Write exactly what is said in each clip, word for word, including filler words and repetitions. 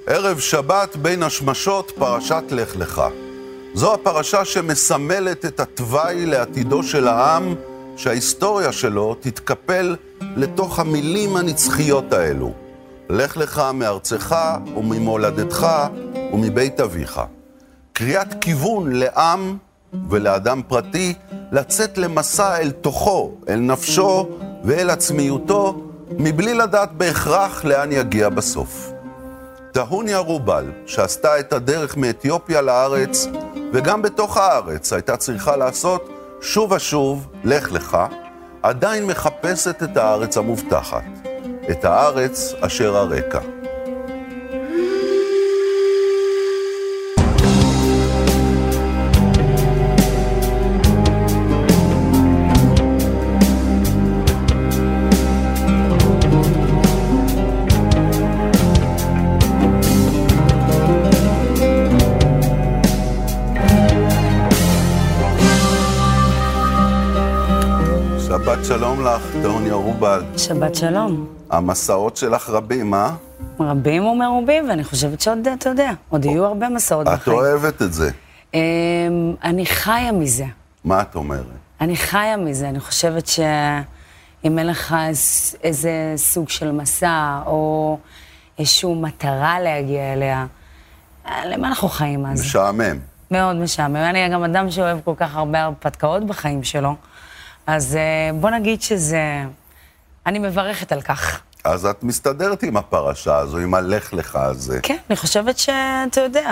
ערב שבת בין השמשות, פרשת לך לך. זו הפרשה שמסמלת את התוואי לעתידו של העם, שההיסטוריה שלו תתקפל לתוך המילים הנצחיות האלו. לך לך מארצך וממולדתך ומבית אביך. קריאת כיוון לעם ולאדם פרטי לצאת למסע אל תוכו, אל נפשו ואל עצמיותו, מבלי לדעת בהכרח לאן יגיע בסוף. תהוניה רובל, שעשתה את הדרך מאתיופיה לארץ, וגם בתוך הארץ הייתה צריכה לעשות שוב ושוב לך לך, עדיין מחפשת את הארץ המובטחת, את הארץ אשר הרקע. שבת שלום לך, תהוניה רובל. שבת שלום. המסעות שלך רבים, אה? רבים ומרובים, ואני חושבת שעוד, אתה יודע, עוד יהיו הרבה מסעות בחיים. את אוהבת את זה. אני חיה מזה. מה את אומרת? אני חיה מזה. אני חושבת שאם אין לך איזה סוג של מסע, או איזושהי מטרה להגיע אליה, למה אנחנו חיים אז? משעמם. מאוד משעמם. אני גם אדם שאוהב כל כך הרבה הרפתקאות בחיים שלו. אז בוא נגיד שזה... אני מברכת על כך. אז את מסתדרת עם הפרשה הזו, עם הלך לך הזה. כן, אני חושבת שאתה יודע,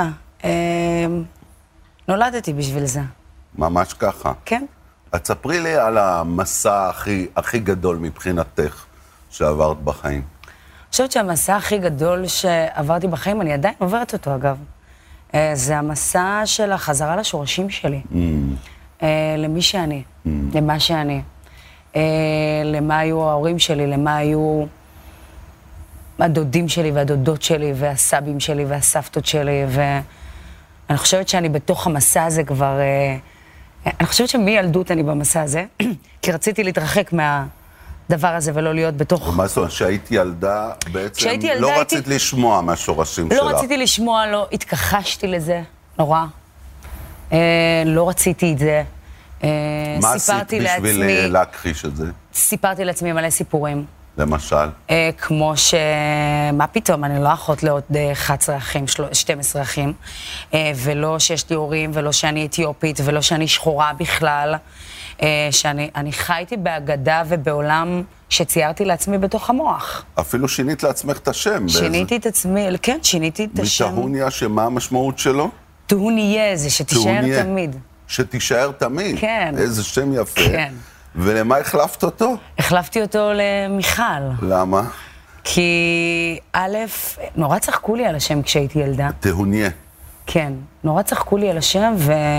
נולדתי בשביל זה. ממש ככה. כן. את ספרי לי על המסע הכי, הכי גדול מבחינתך שעברת בחיים. אני חושבת שהמסע הכי גדול שעברתי בחיים, אני עדיין עוברת אותו אגב, זה המסע של החזרה לשורשים שלי. Mm. למי שאני, mm. למה שאני, למה היו ההורים שלי, למה היו הדודים שלי והדודות שלי והסבים שלי והסבתות שלי, ואני חושבת שאני בתוך המסע הזה כבר, אני חושבת שמילדות אני במסע הזה, כי רציתי להתרחק מהדבר הזה ולא להיות בתוך... ומה זאת אומרת, שהייתי ילדה בעצם ילדה, לא הייתי... רצית לשמוע מהשורשים לא שלך. לא רציתי לשמוע, לא התכחשתי לזה, נורא. אה, לא רציתי את זה. אה, מה עשית בשביל לעצמי, להכחיש את זה? סיפרתי לעצמי מלא סיפורים. למשל? אה, כמו ש... מה פתאום, אני לא אחות לעוד אחת עשרה אחים, שתים עשרה אחים, אה, ולא שיש לי הורים, ולא שאני אתיופית, ולא שאני שחורה בכלל, אה, שאני אני חייתי באגדה ובעולם שציירתי לעצמי בתוך המוח. אפילו שינית לעצמך את השם. שיניתי באיזה... את עצמי, כן, שיניתי את השם. מתהוניה, שמה המשמעות שלו? תהוניה, זה שתישאר תהוניה. תמיד. שתישאר תמיד. כן. איזה שם יפה. כן. ולמה החלפת אותו? החלפתי אותו למיכל. למה? כי א', נורא צחקו לי על השם כשהייתי ילדה. תהוניה. כן, נורא צחקו לי על השם,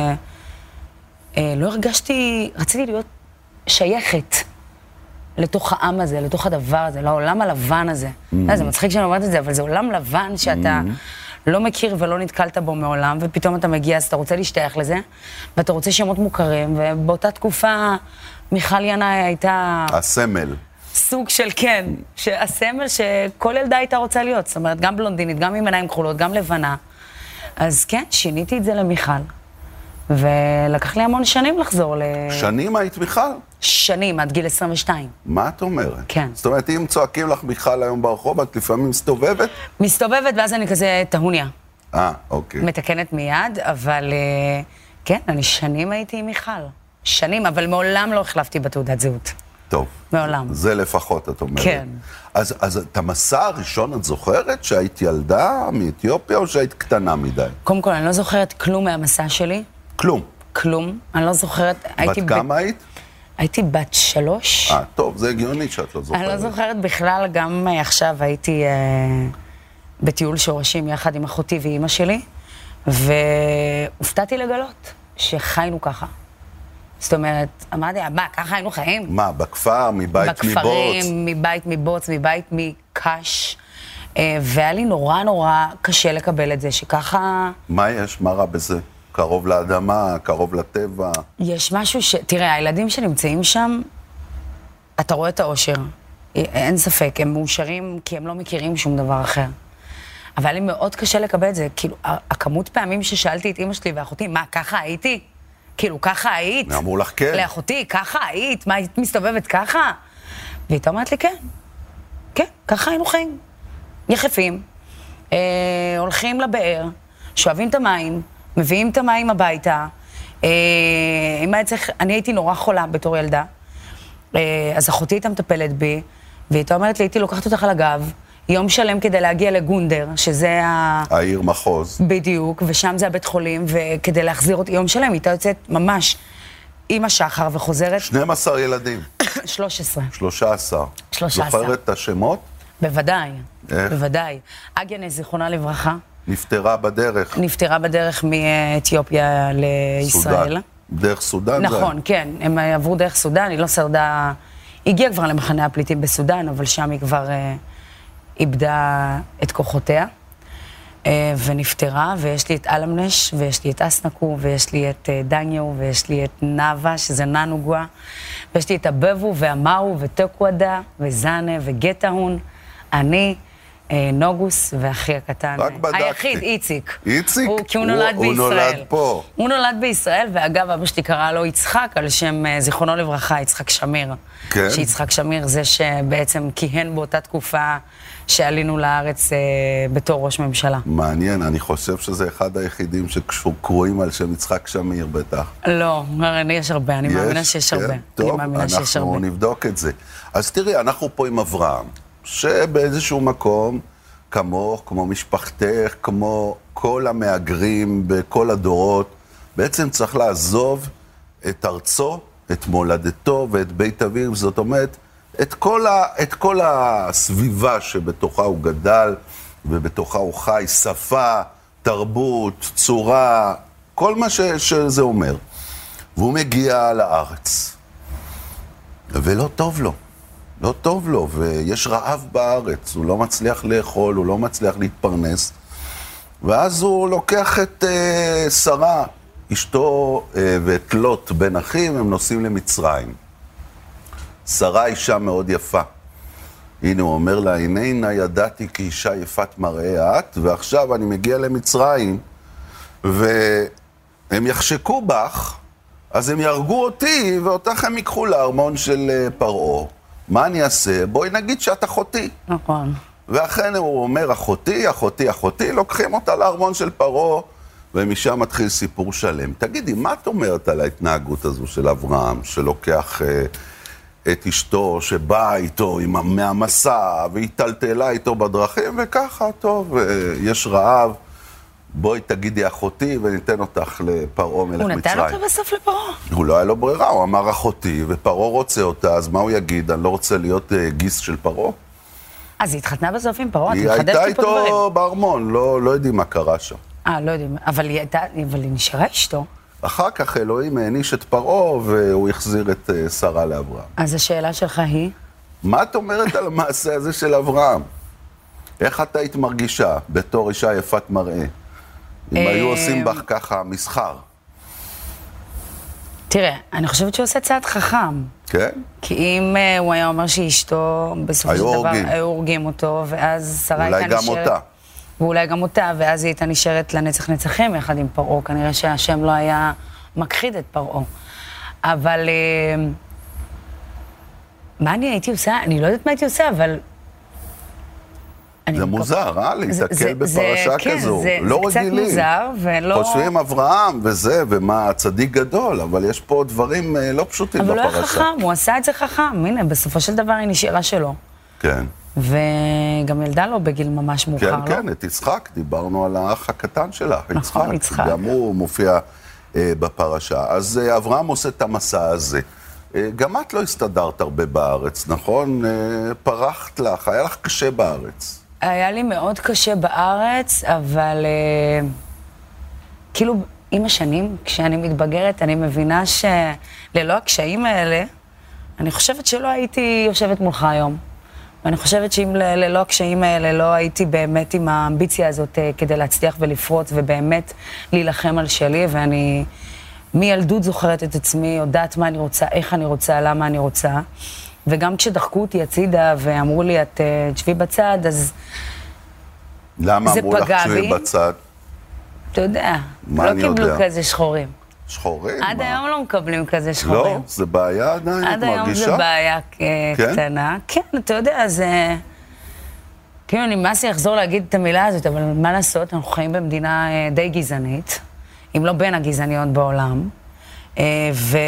ולא הרגשתי, רציתי להיות שייכת לתוך העם הזה, לתוך הדבר הזה, לעולם הלבן הזה. Mm-hmm. זה מצחיק שאני אומרת את זה, אבל זה עולם לבן שאתה... Mm-hmm. לא מכיר ולא נתקלת בו מעולם, ופתאום אתה מגיע, אז אתה רוצה להשתייך לזה, ואתה רוצה שמות מוכרים, ובאותה תקופה מיכל ינאי הייתה... הסמל. סוג של כן, הסמל שכל ילדה הייתה רוצה להיות, זאת אומרת, גם בלונדינית, גם עם עיניים כחולות, גם לבנה. אז כן, שיניתי את זה למיכל, ולקח לי המון שנים לחזור ל... שנים היית מיכל? שנים, עד גיל עשרים ושתיים. מה את אומרת? כן. זאת אומרת, אם צועקים לך מיכל היום ברחוב, את לפעמים מסתובבת? מסתובבת, ואז אני כזה תהוניה. אה, אוקיי. מתקנת מיד, אבל כן, אני שנים הייתי עם מיכל. שנים, אבל מעולם לא החלפתי בתעודת זהות. טוב. מעולם. זה לפחות, את אומרת. כן. אז, אז את המסע הראשון את זוכרת שהיית ילדה מאתיופיה או שהיית קטנה מדי? קודם כל, אני לא זוכרת כלום מהמסע שלי. כלום? כלום. אני לא זוכרת... בת כמה ב... היית? הייתי בת שלוש. אה, טוב, זה הגיוני שאת לא זוכרת. אני לא זוכרת בכלל, גם עכשיו הייתי אה, בטיול שורשים יחד עם אחותי ואימא שלי, והופתעתי לגלות שחיינו ככה. זאת אומרת, אמרתי, מה, ככה היינו חיים? מה, בכפר, מבית מבוץ? בכפרים, מבית מבוץ, מבית מקש, אה, והיה לי נורא נורא קשה לקבל את זה, שככה... מה יש? מה רע בזה? קרוב לאדמה, קרוב לטבע. יש משהו ש... תראה, הילדים שנמצאים שם, אתה רואה את האושר. אין ספק, הם מאושרים כי הם לא מכירים שום דבר אחר. אבל לי מאוד קשה לקבל את זה, כאילו, הכמות פעמים ששאלתי את אמא שלי ואחותי, מה, ככה הייתי? כאילו, ככה היית? אמרו לך כן. לאחותי, ככה היית? מה, היית מסתובבת ככה? והיא אומרת לי, כן, כן, ככה היינו חיים. יחפים, אה, הולכים לבאר, שואבים את המים, מביאים את המים הביתה. אה, אם היה צריך, אני הייתי נורא חולה בתור ילדה, אה, אז אחותי הייתה מטפלת בי, והיא אומרת לי, הייתי לוקחת אותך על הגב, יום שלם כדי להגיע לגונדר, שזה ה... העיר מחוז. בדיוק, ושם זה הבית חולים, וכדי להחזיר אותי יום שלם, היא הייתה יוצאת ממש עם השחר וחוזרת... שנים עשר ילדים. שלוש עשרה. שלושה עשר. שלושה עשר. זוכרת את השמות? בוודאי, איך? בוודאי. אגנס, זיכרונה לברכה. נפטרה בדרך. נפטרה בדרך מאתיופיה לישראל. סודן. דרך סודן? נכון, זה... כן. הם עברו דרך סודן, היא לא שרדה... היא הגיעה כבר למחנה הפליטים בסודן, אבל שם היא כבר אה, איבדה את כוחותיה. אה, ונפטרה, ויש לי את אלמנש, ויש לי את אסנקו, ויש לי את אה, דניו, ויש לי את נאווה, שזה ננוגווה, ויש לי את הבבו, והמאו, וטקוודה, וזנה, וגטהון, אני, אה, נוגוס, ואחי הקטן. רק בדקתי. היחיד, איציק. איציק? הוא, כי הוא נולד הוא, בישראל. הוא נולד פה. הוא נולד בישראל, ואגב, אבא שלי קרא לו יצחק, על שם אה, זיכרונו לברכה, יצחק שמיר. כן. שיצחק שמיר זה שבעצם כיהן באותה תקופה שעלינו לארץ אה, בתור ראש ממשלה. מעניין, אני חושב שזה אחד היחידים שקרויים על שם יצחק שמיר בטח. לא, יש הרבה, אני יש, מאמינה שיש כן, הרבה. טוב, אני מאמינה שיש הרבה. אנחנו נבדוק את זה. אז תראי, אנחנו פה עם אברהם, שבאיזשהו מקום, כמוך, כמו משפחתך, כמו כל המהגרים בכל הדורות, בעצם צריך לעזוב את ארצו, את מולדתו ואת בית אביו, זאת אומרת, את כל, ה, את כל הסביבה שבתוכה הוא גדל ובתוכה הוא חי, שפה, תרבות, צורה, כל מה ש, שזה אומר. והוא מגיע לארץ, ולא טוב לו, לא טוב לו, ויש רעב בארץ, הוא לא מצליח לאכול, הוא לא מצליח להתפרנס, ואז הוא לוקח את uh, שרה, אשתו uh, ואת לוט בן אחים, הם נוסעים למצרים. שרה אישה מאוד יפה. הנה הוא אומר לה, הנה הנה ידעתי כי אישה יפת מראה את, ועכשיו אני מגיע למצרים, והם יחשקו בך, אז הם ירגו אותי, ואותך הם ייקחו לארמון של פרעה. מה אני אעשה? בואי נגיד שאת אחותי. נכון. ואכן הוא אומר, אחותי, אחותי, אחותי, לוקחים אותה לארמון של פרעה, ומשם מתחיל סיפור שלם. תגידי, מה את אומרת על ההתנהגות הזו של אברהם, שלוקח אה, את אשתו, שבאה איתו עם, מהמסע, והתלתלה איתו בדרכים, וככה, טוב, אה, יש רעב, בואי תגידי אחותי, וניתן אותך לפרעה מלך מצרים. הוא נתן אותה בסוף לפרעה? הוא לא היה לו ברירה, הוא אמר אחותי, ופרעה רוצה אותה, אז מה הוא יגיד? אני לא רוצה להיות אה, גיס של פרעה? אז היא התחתנה בסוף עם פרעה, את היא מחדשת לי פה דברים. הייתה איתו בארמון, לא, לא יודעים מה קרה שם. אה, לא יודעים, אבל היא הייתה, אבל היא נשארה אשתו. אחר כך אלוהים העניש את פרעה, והוא החזיר את uh, שרה לאברהם. אז השאלה שלך היא? מה את אומרת על המעשה הזה של אברהם? איך אתה היית מרגישה בתור אישה יפת מראה? אם היו עושים בך ככה מסחר. תראה, אני חושבת שהוא עושה צעד חכם. כן? כי אם uh, הוא היה אומר שאשתו, בסופו של דבר, היו הורגים אותו, ואז שרה הייתה נשארת... אולי גם אותה. ואולי גם אותה, ואז היא הייתה נשארת לנצח נצחים יחד עם פרעה. כנראה שהשם לא היה מכחיד את פרעה. אבל... Uh, מה אני הייתי עושה? אני לא יודעת מה הייתי עושה, אבל... זה מוזר, אה? להתקל בפרשה כזו. לא רגילים. זה קצת מוזר, ולא... חושבים אברהם וזה, ומה, צדיק גדול, אבל יש פה דברים לא פשוטים בפרשה. אבל הוא היה חכם, הוא עשה את זה חכם. הנה, בסופו של דבר היא נשארה שלו. כן. וגם ילדה לו בגיל ממש מאוחר, לא? כן, כן, את יצחק, דיברנו על האח הקטן שלה, יצחק. נכון, יצחק. גם הוא מופיע בפרשה. אז אברהם עושה את המסע הזה. גם את לא הסתדרת הרבה בארץ, נכון? פרחת לך, היה לך קשה בארץ. היה לי מאוד קשה בארץ, אבל uh, כאילו עם השנים, כשאני מתבגרת, אני מבינה שללא הקשיים האלה, אני חושבת שלא הייתי יושבת מולך היום. ואני חושבת שאם ללא הקשיים האלה לא הייתי באמת עם האמביציה הזאת uh, כדי להצליח ולפרוץ ובאמת להילחם על שלי, ואני מילדות זוכרת את עצמי, יודעת מה אני רוצה, איך אני רוצה, למה אני רוצה. וגם כשדחקו אותי הצידה ואמרו לי, את תשבי בצד, אז למה אמרו לך כשהיא בצד? אתה יודע, לא קיבלו כזה שחורים. שחורים? עד היום לא מקבלים כזה שחורים. לא, זה בעיה עדיין, את מרגישה? עד היום זה בעיה קטנה. כן, אתה יודע, זה... כאילו, נמאס לי לחזור להגיד את המילה הזאת, אבל מה לעשות? אנחנו חיים במדינה די גזענית, אם לא בין הגזעניות בעולם, ו...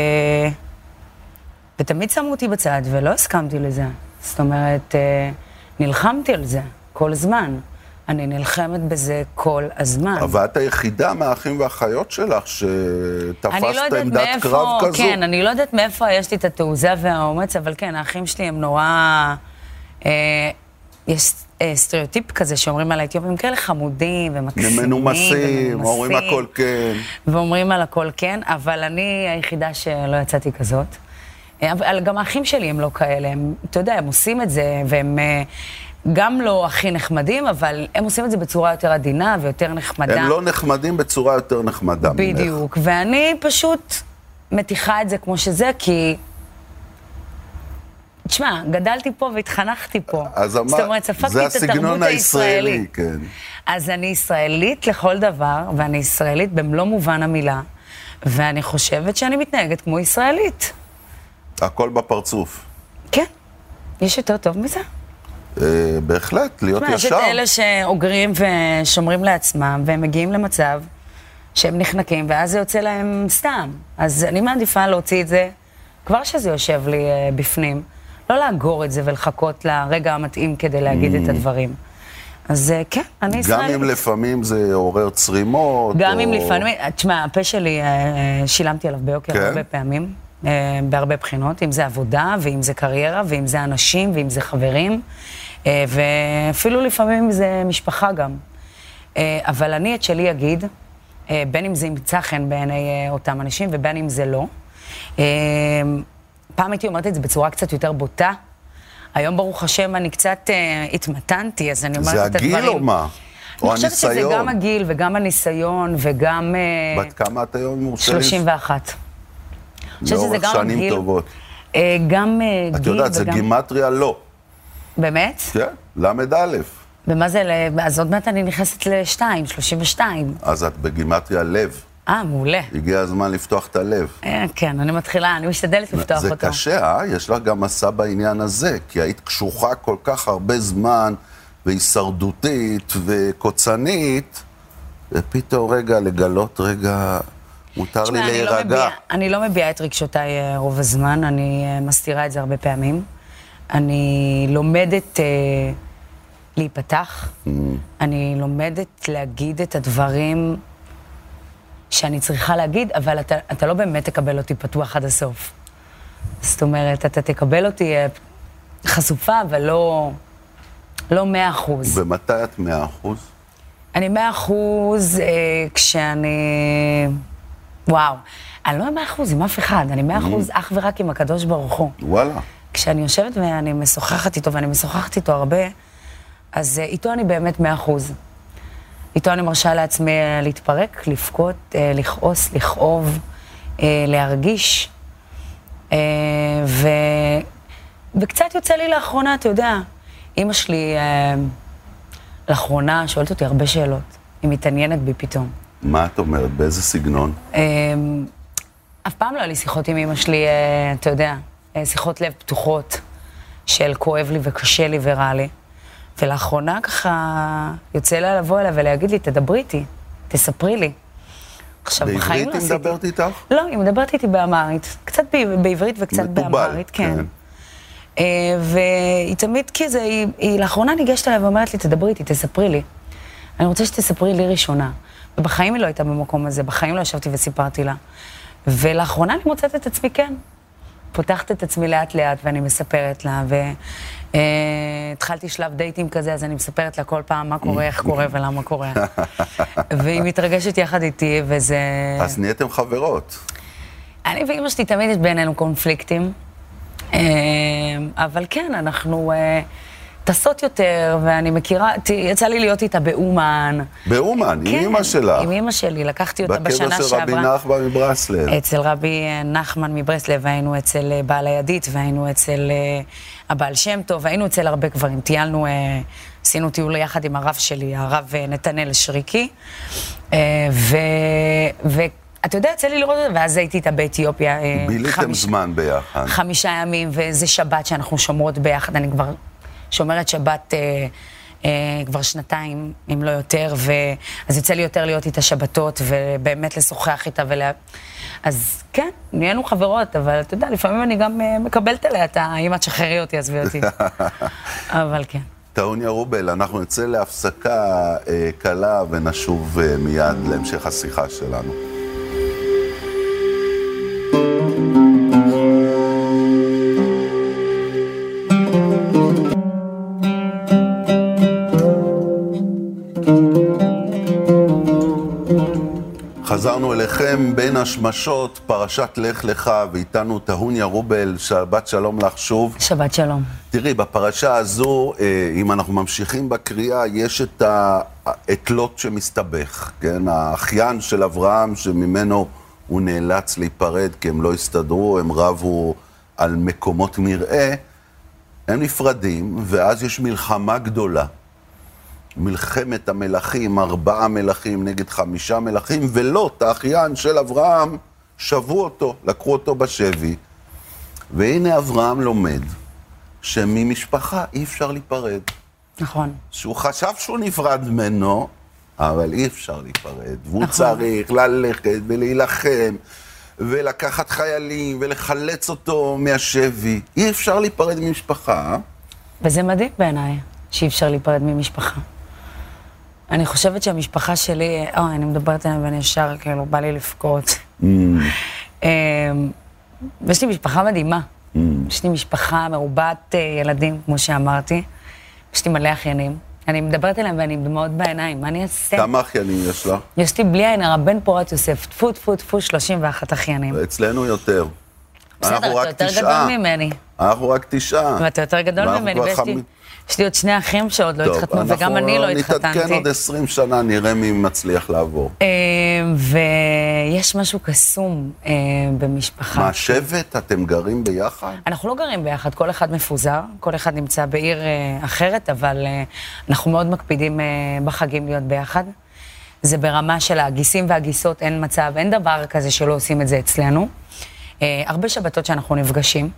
ותמיד שמו אותי בצד, ולא הסכמתי לזה. זאת אומרת, נלחמתי על זה כל זמן. אני נלחמת בזה כל הזמן. אבל את היחידה מהאחים והאחיות שלך שתפסת עמדת קרב כזו. כן, אני לא יודעת מאיפה יש לי את התעוזה והאומץ, אבל כן, האחים שלי הם נורא... אה, יש אה, סטריאוטיפ כזה שאומרים על האתיופים כאלה חמודים ומקסימים. מנומסים, אומרים הכל כן. ואומרים על הכל כן, אבל אני היחידה שלא יצאתי כזאת. אבל גם האחים שלי הם לא כאלה, הם, אתה יודע, הם עושים את זה, והם... גם לא הכי נחמדים, אבל הם עושים את זה בצורה יותר עדינה ויותר נחמדה. הם לא נחמדים בצורה יותר נחמדה. בדיוק, ממך. ואני פשוט מתיחה את זה כמו שזה, כי... תשמע, גדלתי פה והתחנכתי פה. אז אמר, זאת אומרת, ספגתי את התרבות הישראלית. כן. אז אני ישראלית לכל דבר, ואני ישראלית במלוא מובן המילה, ואני חושבת שאני מתנהגת כמו ישראלית. הכל בפרצוף. כן, יש יותר טוב מזה. בהחלט, להיות ישר. יש את אלה שאוגרים ושומרים לעצמם, והם מגיעים למצב שהם נחנקים, ואז זה יוצא להם סתם. אז אני מעדיפה להוציא את זה, כבר שזה יושב לי בפנים, לא לאגור את זה ולחכות לרגע המתאים כדי להגיד את הדברים. אז כן, אני ישראלית. גם אם לפעמים זה עורר צרימות, גם אם לפעמים, תשמע, הפה שלי, שילמתי עליו ביוקר הרבה פעמים, בהרבה בחינות, אם זה עבודה, ואם זה קריירה, ואם זה אנשים, ואם זה חברים, ואפילו לפעמים זה משפחה גם. אבל אני את שלי אגיד, בין אם זה ימצא חן בעיני אותם אנשים, ובין אם זה לא. פעם הייתי אומרת את זה בצורה קצת יותר בוטה. היום ברוך השם אני קצת התמתנתי, אז אני אומרת את הדברים. זה הגיל או מה? או הניסיון? אני חושבת שזה גם הגיל וגם הניסיון וגם... בת כמה את היום? שלושים ואחת. לאורך שנים גיל, טובות. גם גיל וגם... את יודעת, זה גימטריה לא. באמת? כן, למד א'. ומה זה, אז עוד מעט אני נכנסת לשתיים, שלושים ושתיים. אז את בגימטריה לב. אה, מעולה. הגיע הזמן לפתוח את הלב. כן, אני מתחילה, אני משתדלת לפתוח זה אותו. זה קשה, אה? יש לך גם מסע בעניין הזה, כי היית קשוחה כל כך הרבה זמן, והישרדותית וקוצנית, ופתאום רגע לגלות רגע... מותר לי להירגע. אני לא מביעה את רגשותיי רוב הזמן, אני מסתירה את זה הרבה פעמים. אני לומדת להיפתח, אני לומדת להגיד את הדברים שאני צריכה להגיד, אבל אתה, אתה לא באמת תקבל אותי פתוח עד הסוף. זאת אומרת, אתה תקבל אותי חשופה, אבל לא, לא מאה אחוז. ומתי את מאה אחוז? אני מאה אחוז כשאני... וואו, אני לא מאה אחוז עם אף אחד, אני מאה אחוז אך ורק עם הקדוש ברוך הוא. וואלה. כשאני יושבת ואני משוחחת איתו, ואני משוחחת איתו הרבה, אז איתו אני באמת מאה אחוז. איתו אני מרשה לעצמי להתפרק, לבכות, לכעוס, לכאוב, להרגיש. ו... וקצת יוצא לי לאחרונה, אתה יודע, אמא שלי לאחרונה שואלת אותי הרבה שאלות. היא מתעניינת בי פתאום. מה את אומרת? באיזה סגנון? אף פעם לא היה לי שיחות עם אמא שלי, אתה יודע, שיחות לב פתוחות, של כואב לי וקשה לי ורע לי. ולאחרונה ככה יוצא לה לבוא אליה ולהגיד לי, תדברי איתי, תספרי לי. עכשיו, בחיים לא עשיתי. בעברית היא מדברת איתך? לא, היא מדברת איתי באמרית. קצת בעברית וקצת באמרית, כן. והיא תמיד כזה, היא לאחרונה ניגשת אליה ואומרת לי, תדברי איתי, תספרי לי. אני רוצה שתספרי לי ראשונה. ובחיים היא לא הייתה במקום הזה, בחיים לא ישבתי וסיפרתי לה. ולאחרונה אני מוצאת את עצמי, כן. פותחת את עצמי לאט לאט ואני מספרת לה, והתחלתי שלב דייטים כזה, אז אני מספרת לה כל פעם מה קורה, איך קורה ולמה קורה. והיא מתרגשת יחד איתי, וזה... אז נהייתם חברות. אני ואמא שלי תמיד יש בינינו קונפליקטים, אבל כן, אנחנו... טסות יותר, ואני מכירה, יצא לי להיות איתה באומן. באומן, עם אמא שלה. עם אמא שלי, לקחתי אותה בשנה שעברה. בקבר של רבי נחמן מברסלב. אצל רבי נחמן מברסלב, היינו אצל בעל הידית, והיינו אצל הבעל שם טוב, והיינו אצל הרבה גברים. טיילנו עשינו טיול יחד עם הרב שלי, הרב נתנאל שריקי, ואתה יודע, יצא לי לראות את זה, ואז הייתי איתה באתיופיה. ביליתם זמן ביחד. חמישה ימים, וזה שבת שאנחנו שומרות ביחד, אני כבר שומרת שבת כבר שנתיים, אם לא יותר, אז יוצא לי יותר להיות איתה שבתות, ובאמת לשוחח איתה ולה... אז כן, נהיינו חברות, אבל אתה יודע, לפעמים אני גם מקבלת עליה את האמא תשחררי אותי, עזבי אותי. אבל כן. טהוניה רובל, אנחנו נצא להפסקה אה, קלה ונשוב אה, מיד להמשך השיחה שלנו. חזרנו אליכם בין השמשות, פרשת לך לך, ואיתנו טהוניה רובל, שבת שלום לך שוב. שבת שלום. תראי, בפרשה הזו, אם אנחנו ממשיכים בקריאה, יש את, ה... את לוט שמסתבך, כן? האחיין של אברהם, שממנו הוא נאלץ להיפרד, כי הם לא הסתדרו, הם רבו על מקומות מרעה, הם נפרדים, ואז יש מלחמה גדולה. מלחמת המלכים, ארבעה מלכים נגד חמישה מלכים, ולוט, האחיין של אברהם, שבו אותו, לקחו אותו בשבי. והנה אברהם לומד שממשפחה אי אפשר להיפרד. נכון. שהוא חשב שהוא נפרד ממנו, אבל אי אפשר להיפרד. והוא נכון. צריך ללכת ולהילחם, ולקחת חיילים, ולחלץ אותו מהשבי. אי אפשר להיפרד ממשפחה. וזה מדהים בעיניי, שאי אפשר להיפרד ממשפחה. אני חושבת שהמשפחה שלי, או, אני מדברת עליהם ואני ישר, כאילו, בא לי לפקוט. Mm. ויש לי משפחה מדהימה. Mm. יש לי משפחה מרובת ילדים, כמו שאמרתי. יש לי מלא אחיינים. אני מדברת עליהם ואני דמעות בעיניים. מה אני אעשה? כמה אחיינים יש לה? יש לי בלי עין הרע, בן פורת יוסף, טפו טפו טפו, שלושים ואחת אחיינים. אצלנו יותר. בסדר, אתה יותר גדול ממני. אנחנו רק תשעה. ואתה יותר גדול ממני, ויש לי... יש לי עוד שני אחים שעוד לא התחתנו, וגם אני לא התחתנתי. נתעדכן עוד עשרים שנה, נראה מי מצליח לעבור. ויש משהו קסום במשפחה. מה, שבט? אתם גרים ביחד? אנחנו לא גרים ביחד, כל אחד מפוזר, כל אחד נמצא בעיר אחרת, אבל אנחנו מאוד מקפידים בחגים להיות ביחד. זה ברמה של הגיסים והגיסות, אין מצב, אין דבר כזה שלא עושים את זה אצלנו. הרבה שבתות שאנחנו נפגשים.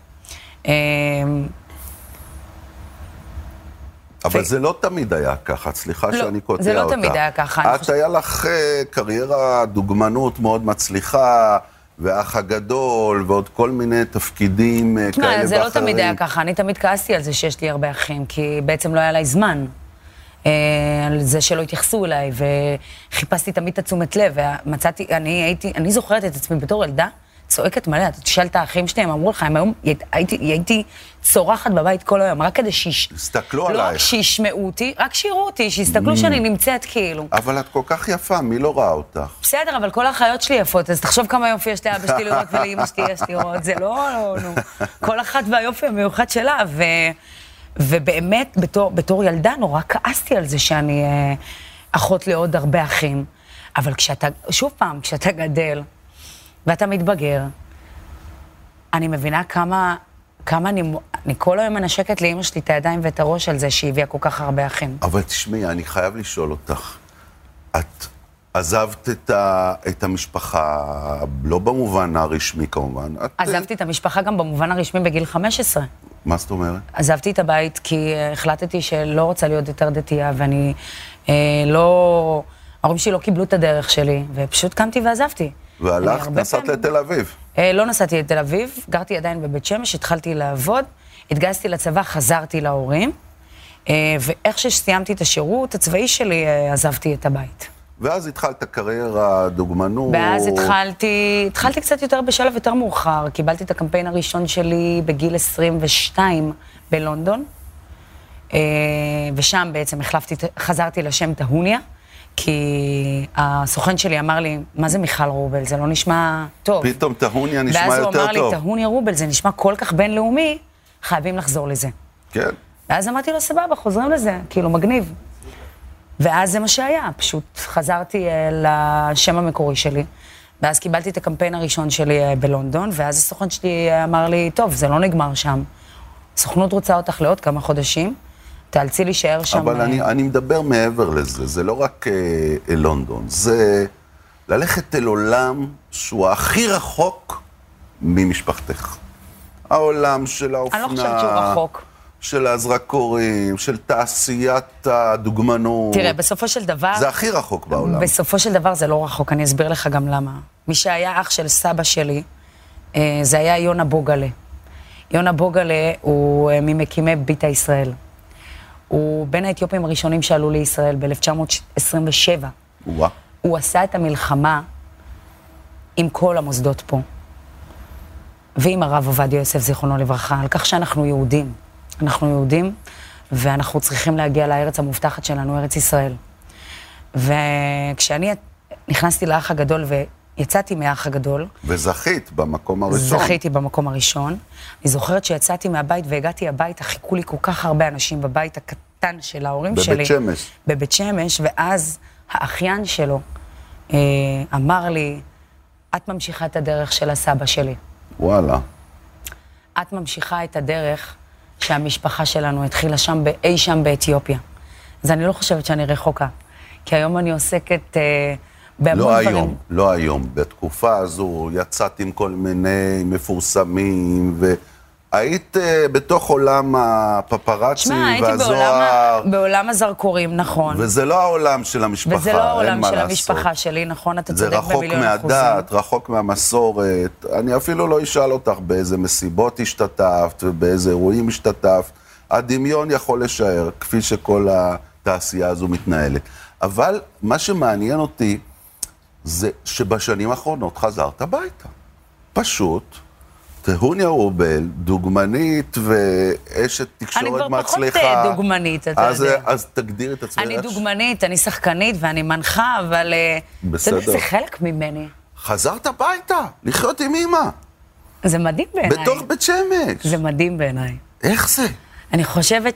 אבל זה לא תמיד היה ככה, סליחה שאני קוטע אותה. זה לא תמיד היה ככה. את היה לך קריירה, דוגמנות מאוד מצליחה, ואח הגדול, ועוד כל מיני תפקידים כאלה ואחרים. זה לא תמיד היה ככה, אני תמיד כעסתי על זה שיש לי הרבה אחים, כי בעצם לא היה לי זמן. על זה שלא התייחסו אליי, וחיפשתי תמיד את התשומת לב, ומצאתי, אני הייתי, אני זוכרת את עצמי בתור ילדה, צועקת מלא, אתה תשאל את האחים שלי, הם אמרו לך, הם היום, הייתי, הייתי צורחת בבית כל היום, רק כדי שיש... הסתכלו עלייך. לא רק שישמעו אותי, רק שיראו אותי, שיסתכלו שאני נמצאת כאילו. אבל את כל כך יפה, מי לא ראה אותך? בסדר, אבל כל האחיות שלי יפות, אז תחשוב כמה יופי יש לאבא שלי לראות ולאמא שלי יש לראות, זה לא, לא, לא. כל אחת והיופי המיוחד שלה, ו... ובאמת, בתור, בתור ילדה, נורא כעסתי על זה שאני אחות לעוד הרבה אחים. אבל כשאתה, שוב פעם, כשאתה גדל, ואתה מתבגר, אני מבינה כמה, כמה אני, אני כל היום מנשקת לאמא שלי את הידיים ואת הראש על זה שהיא הביאה כל כך הרבה אחים. אבל תשמעי, אני חייב לשאול אותך, את עזבת את, ה, את המשפחה, לא במובן הרשמי כמובן. את... עזבתי את המשפחה גם במובן הרשמי בגיל חמש עשרה. מה זאת אומרת? עזבתי את הבית כי החלטתי שלא רוצה להיות יותר דתייה, ואני אה, לא... ההורים שלי לא קיבלו את הדרך שלי, ופשוט קמתי ועזבתי. והלכת, נסעת לתל אביב? אה, לא נסעתי לתל אביב, גרתי עדיין בבית שמש, התחלתי לעבוד, התגייסתי לצבא, חזרתי להורים, אה, ואיך שסיימתי את השירות הצבאי שלי, אה, עזבתי את הבית. ואז התחלת קריירה, דוגמנות... ואז התחלתי, התחלתי קצת יותר בשלב יותר מאוחר, קיבלתי את הקמפיין הראשון שלי בגיל עשרים ושתיים בלונדון, אה, ושם בעצם החלפתי, חזרתי לשם טהוניה, כי הסוכן שלי אמר לי, מה זה מיכל רובל? זה לא נשמע טוב. פתאום טהוניה נשמע יותר טוב. ואז הוא אמר לי, טהוניה רובל, זה נשמע כל כך בינלאומי, חייבים לחזור לזה. כן. ואז אמרתי לו, סבבה, חוזרים לזה, כאילו מגניב. ואז זה מה שהיה, פשוט חזרתי לשם המקורי שלי, ואז קיבלתי את הקמפיין הראשון שלי בלונדון, ואז הסוכן שלי אמר לי, טוב, זה לא נגמר שם. הסוכנות רוצה אותך לעוד כמה חודשים, תאלצי להישאר שם. אבל אני, אני מדבר מעבר לזה, זה לא רק אה, לונדון, זה ללכת אל עולם שהוא הכי רחוק ממשפחתך. העולם של האופנה, אני לא חושבת שהוא רחוק. של הזרקורים, של תעשיית הדוגמנות. תראה, בסופו של דבר... זה הכי רחוק בעולם. בסופו של דבר זה לא רחוק, אני אסביר לך גם למה. מי שהיה אח של סבא שלי, זה היה יונה בוגלה. יונה בוגלה הוא ממקימי ביתא ישראל. הוא בין האתיופים הראשונים שעלו לישראל ב-אלף תשע מאות עשרים ושבע. ווא. הוא עשה את המלחמה עם כל המוסדות פה. ועם הרב עובדיה יוסף, זיכרונו לברכה, על כך שאנחנו יהודים. אנחנו יהודים, ואנחנו צריכים להגיע לארץ המובטחת שלנו, ארץ ישראל. וכשאני נכנסתי לאח הגדול ויצאתי מהאח הגדול... וזכית במקום הראשון. זכיתי במקום הראשון. אני זוכרת שיצאתי מהבית והגעתי הביתה, חיכו לי כל כך הרבה אנשים בבית הקטן של ההורים בבית שלי. בבית שמש. בבית שמש, ואז האחיין שלו אה, אמר לי, את ממשיכה את הדרך של הסבא שלי. וואלה. את ממשיכה את הדרך שהמשפחה שלנו התחילה שם, אי שם באתיופיה. אז אני לא חושבת שאני רחוקה. כי היום אני עוסקת אה, בהמון לא דברים. לא היום, לא היום. בתקופה הזו יצאת עם כל מיני מפורסמים, והיית אה, בתוך עולם הפפרצי והזוהר. שמה, הייתי בעולם, בעולם הזרקורים, נכון. וזה לא העולם של המשפחה, וזה לא העולם של לעשות. המשפחה שלי, נכון? אתה צודק במיליון אחוזים. זה רחוק מהדת, רחוק מהמסורת. אני אפילו לא אשאל אותך באיזה מסיבות השתתפת ובאיזה אירועים השתתפת. הדמיון יכול לשער, כפי שכל התעשייה הזו מתנהלת. אבל מה שמעניין אותי, זה שבשנים האחרונות חזרת הביתה. פשוט, תהוניה רובל, דוגמנית ואשת תקשורת מצליחה. אני כבר פחות דוגמנית, אתה אז, יודע. אז תגדיר את עצמך. אני דוגמנית, אני שחקנית ואני מנחה, אבל... בסדר. זה חלק ממני. חזרת הביתה, לחיות עם אמא. זה מדהים בעיניי. בתוך בית שמש. זה מדהים בעיניי. איך זה? אני חושבת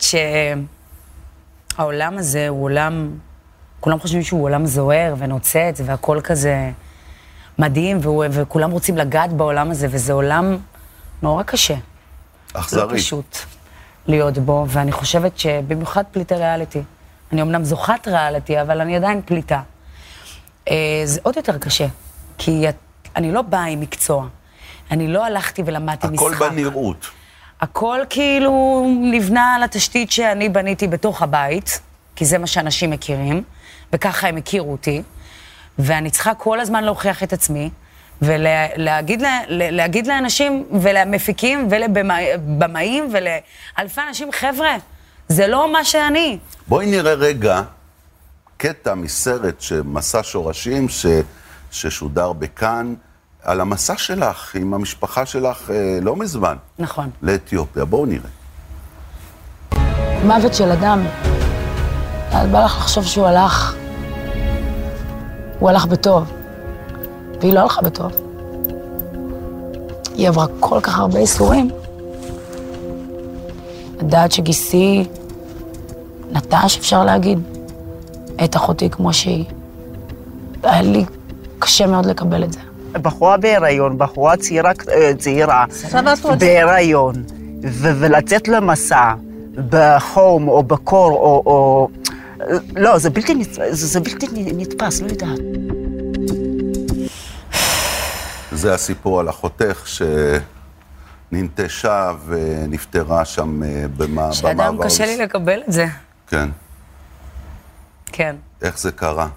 שהעולם הזה הוא עולם... כולם חושבים שהוא עולם זוהר ונוצץ והכל כזה מדהים, וכולם רוצים לגעת בעולם הזה, וזה עולם נורא קשה. אכזרי. לא פשוט להיות בו, ואני חושבת שבמיוחד פליטי ריאליטי. אני אמנם זוכת ריאליטי, אבל אני עדיין פליטה. זה עוד יותר קשה, כי אני לא באה עם מקצוע. אני לא הלכתי ולמדתי משחק. הכל בנראות. הכל כאילו נבנה על התשתית שאני בניתי בתוך הבית, כי זה מה שאנשים מכירים, וככה הם הכירו אותי, ואני צריכה כל הזמן להוכיח את עצמי, ולהגיד לה, להגיד לאנשים ולמפיקים ולבמאים ולאלפי אנשים, חבר'ה, זה לא מה שאני. בואי נראה רגע קטע מסרט שמסע שורשים ש, ששודר בכאן, על המסע שלך עם המשפחה שלך לא מזמן. נכון. לאתיופיה. בואו נראה. מוות של אדם. אז בא לך לחשוב שהוא הלך, הוא הלך בטוב, והיא לא הלכה בטוב. היא עברה כל כך הרבה איסורים. לדעת שגיסי נטש, אפשר להגיד, את אחותי כמו שהיא. היה לי קשה מאוד לקבל את זה. בחורה בהיריון, בחורה צעירה, צעירה בהיריון, ולצאת למסע בחום או בקור או... או... לא, זה בלתי, זה, זה בלתי נתפס, לא יודעת. זה הסיפור על אחותך שננטשה ונפטרה שם במעבר. שאדם קשה לי לקבל את זה. כן. כן. איך זה קרה?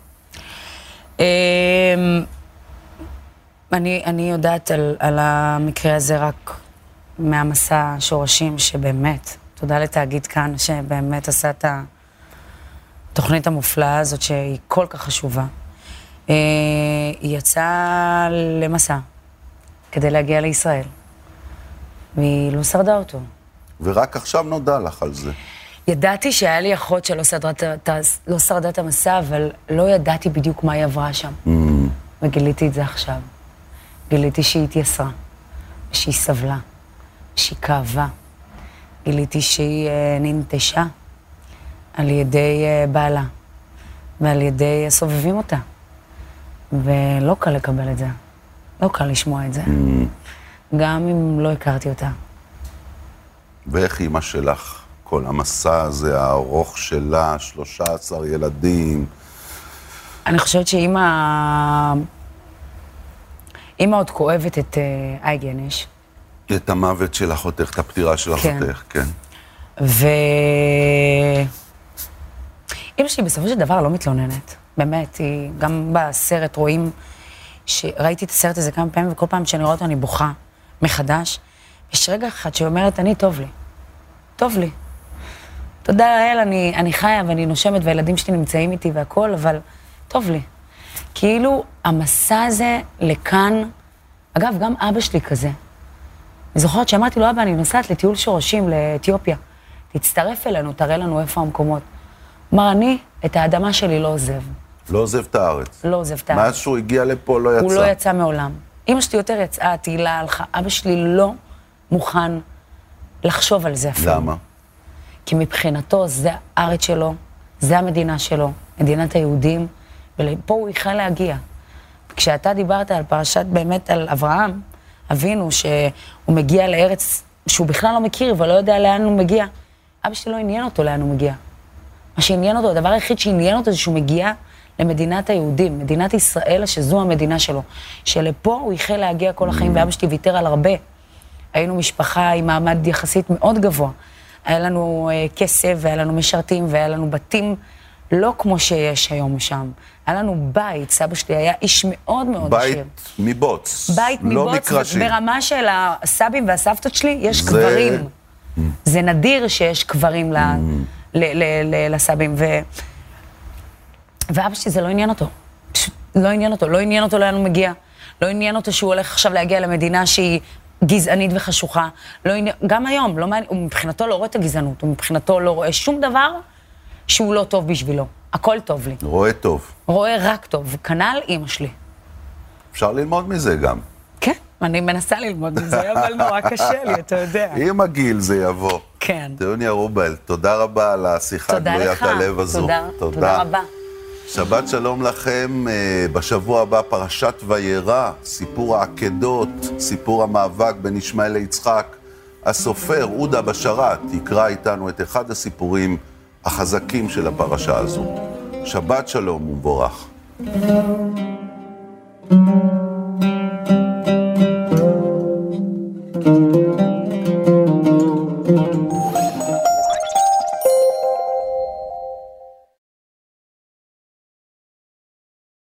אני, אני יודעת על, על המקרה הזה רק מהמסע שורשים שבאמת, תודה לתאגיד כאן שבאמת עשה את התוכנית המופלאה הזאת שהיא כל כך חשובה. היא יצאה למסע כדי להגיע לישראל, והיא לא שרדה אותו. ורק עכשיו נודע לך על זה. ידעתי שהיה לי אחות שלא שרדה, לא שרדה את המסע, אבל לא ידעתי בדיוק מה היא עברה שם. Mm. וגיליתי את זה עכשיו. גיליתי שהיא התייסרה, שהיא סבלה, שהיא כאבה. גיליתי שהיא אה, ננטשה על ידי אה, בעלה, ועל ידי הסובבים אותה. ולא קל לקבל את זה. לא קל לשמוע את זה. Mm. גם אם לא הכרתי אותה. ואיך אמא שלך כל המסע הזה, הארוך שלה, שלושה עשר ילדים. אני חושבת שאמא... אמא עוד כואבת את אייגנש. את המוות של אחותך, את הפטירה של אחותך, כן. ו... אמא שלי בסופו של דבר לא מתלוננת. באמת, היא... גם בסרט רואים... שראיתי את הסרט הזה כמה פעמים, וכל פעם שאני רואה אותו אני בוכה מחדש. יש רגע אחד שאומרת, אני טוב לי. טוב לי. תודה לאל, אני, אני חיה ואני נושמת, והילדים שלי נמצאים איתי והכל, אבל טוב לי. כאילו, המסע הזה לכאן, אגב, גם אבא שלי כזה. אני זוכרת שאמרתי לו, אבא, אני נוסעת לטיול שורשים לאתיופיה. תצטרף אלינו, תראה לנו איפה המקומות. אמר, אני את האדמה שלי לא עוזב. לא עוזב את הארץ. לא עוזב את הארץ. מאז שהוא הגיע לפה לא יצא. הוא לא יצא מעולם. אמא שלי יותר יצאה, תהילה הלכה. אבא שלי לא מוכן לחשוב על זה אפילו. למה? כי מבחינתו זה הארץ שלו, זה המדינה שלו, מדינת היהודים, ופה הוא יכל להגיע. כשאתה דיברת על פרשת באמת על אברהם, אבינו שהוא מגיע לארץ שהוא בכלל לא מכיר ולא יודע לאן הוא מגיע, אבא שלי לא עניין אותו לאן הוא מגיע. מה שעניין אותו, הדבר היחיד שעניין אותו זה שהוא מגיע למדינת היהודים, מדינת ישראל, שזו המדינה שלו. שלפה הוא יחל להגיע כל החיים, ואבא שלי ויתר על הרבה. היינו משפחה עם מעמד יחסית מאוד גבוה. היה לנו uh, כסף, והיה לנו משרתים, והיה לנו בתים לא כמו שיש היום שם. היה לנו בית, סבא שלי היה איש מאוד מאוד עשיר. בית מבוץ, בית לא מבוץ, מקרשים. ברמה של הסבים והסבתות שלי, יש זה... קברים. זה נדיר שיש קברים ל... ל... ל... ל... לסבים, ו... ואבא שלי זה לא עניין אותו. פשוט לא עניין אותו, לא עניין אותו לאן הוא מגיע. לא עניין אותו שהוא הולך עכשיו להגיע למדינה שהיא גזענית וחשוכה. לא עניין... גם היום, לא מעניין... הוא מבחינתו לא רואה את הגזענות, הוא מבחינתו לא רואה שום דבר שהוא לא טוב בשבילו. הכל טוב לי. רואה טוב. רואה רק טוב, כנ"ל אמא שלי. אפשר ללמוד מזה גם. כן, אני מנסה ללמוד מזה, אבל נורא קשה לי, אתה יודע. עם הגיל זה יבוא. כן. תאוניה רובל, תודה רבה על השיחה גלוית הלב הזו. תודה לך, תודה, תודה רבה. שבת שלום לכם, בשבוע הבא פרשת וירא, סיפור העקדות, סיפור המאבק בין ישמעאל ליצחק. הסופר עודה בשאראת יקרא איתנו את אחד הסיפורים החזקים של הפרשה הזו. שבת שלום ומבורך.